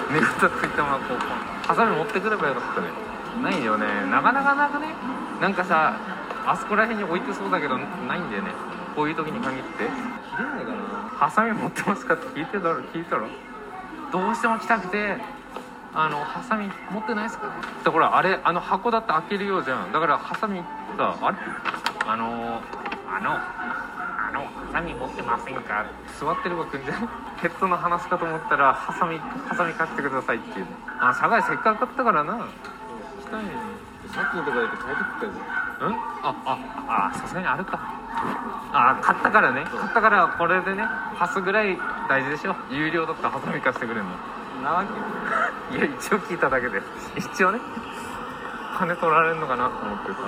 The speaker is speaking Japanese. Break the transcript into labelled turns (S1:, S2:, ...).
S1: 寝方ついたままこうハサミ持ってくればよかったね。ないよね、なかなかなくね。なんかさ、あそこら辺に置いてそうだけどないんだよね、こういう時に限って。切れないかな。ハサミ持ってますかって聞いてたろ、聞いたろ。どうしても来たくて、ハサミ持ってないですかね。だからあれ、箱だって開けるようじゃん。だからハサミさ、あれハサミ持ってませんか。座ってれば来んじゃん。ヘッドの話かと思ったらハサミ貸してくださいっていう。酒井せっかく買ったからな。来たいね。
S2: さっきのとこで帰ってきたよ。
S1: さすがにあるか。買ったからね。買ったからこれでね、貸すぐらい大事でしょ。有料だったらハサミ貸してくれるのなわけ。いや、一応聞いただけで、一応ね、金取られるのかなと思ってさ。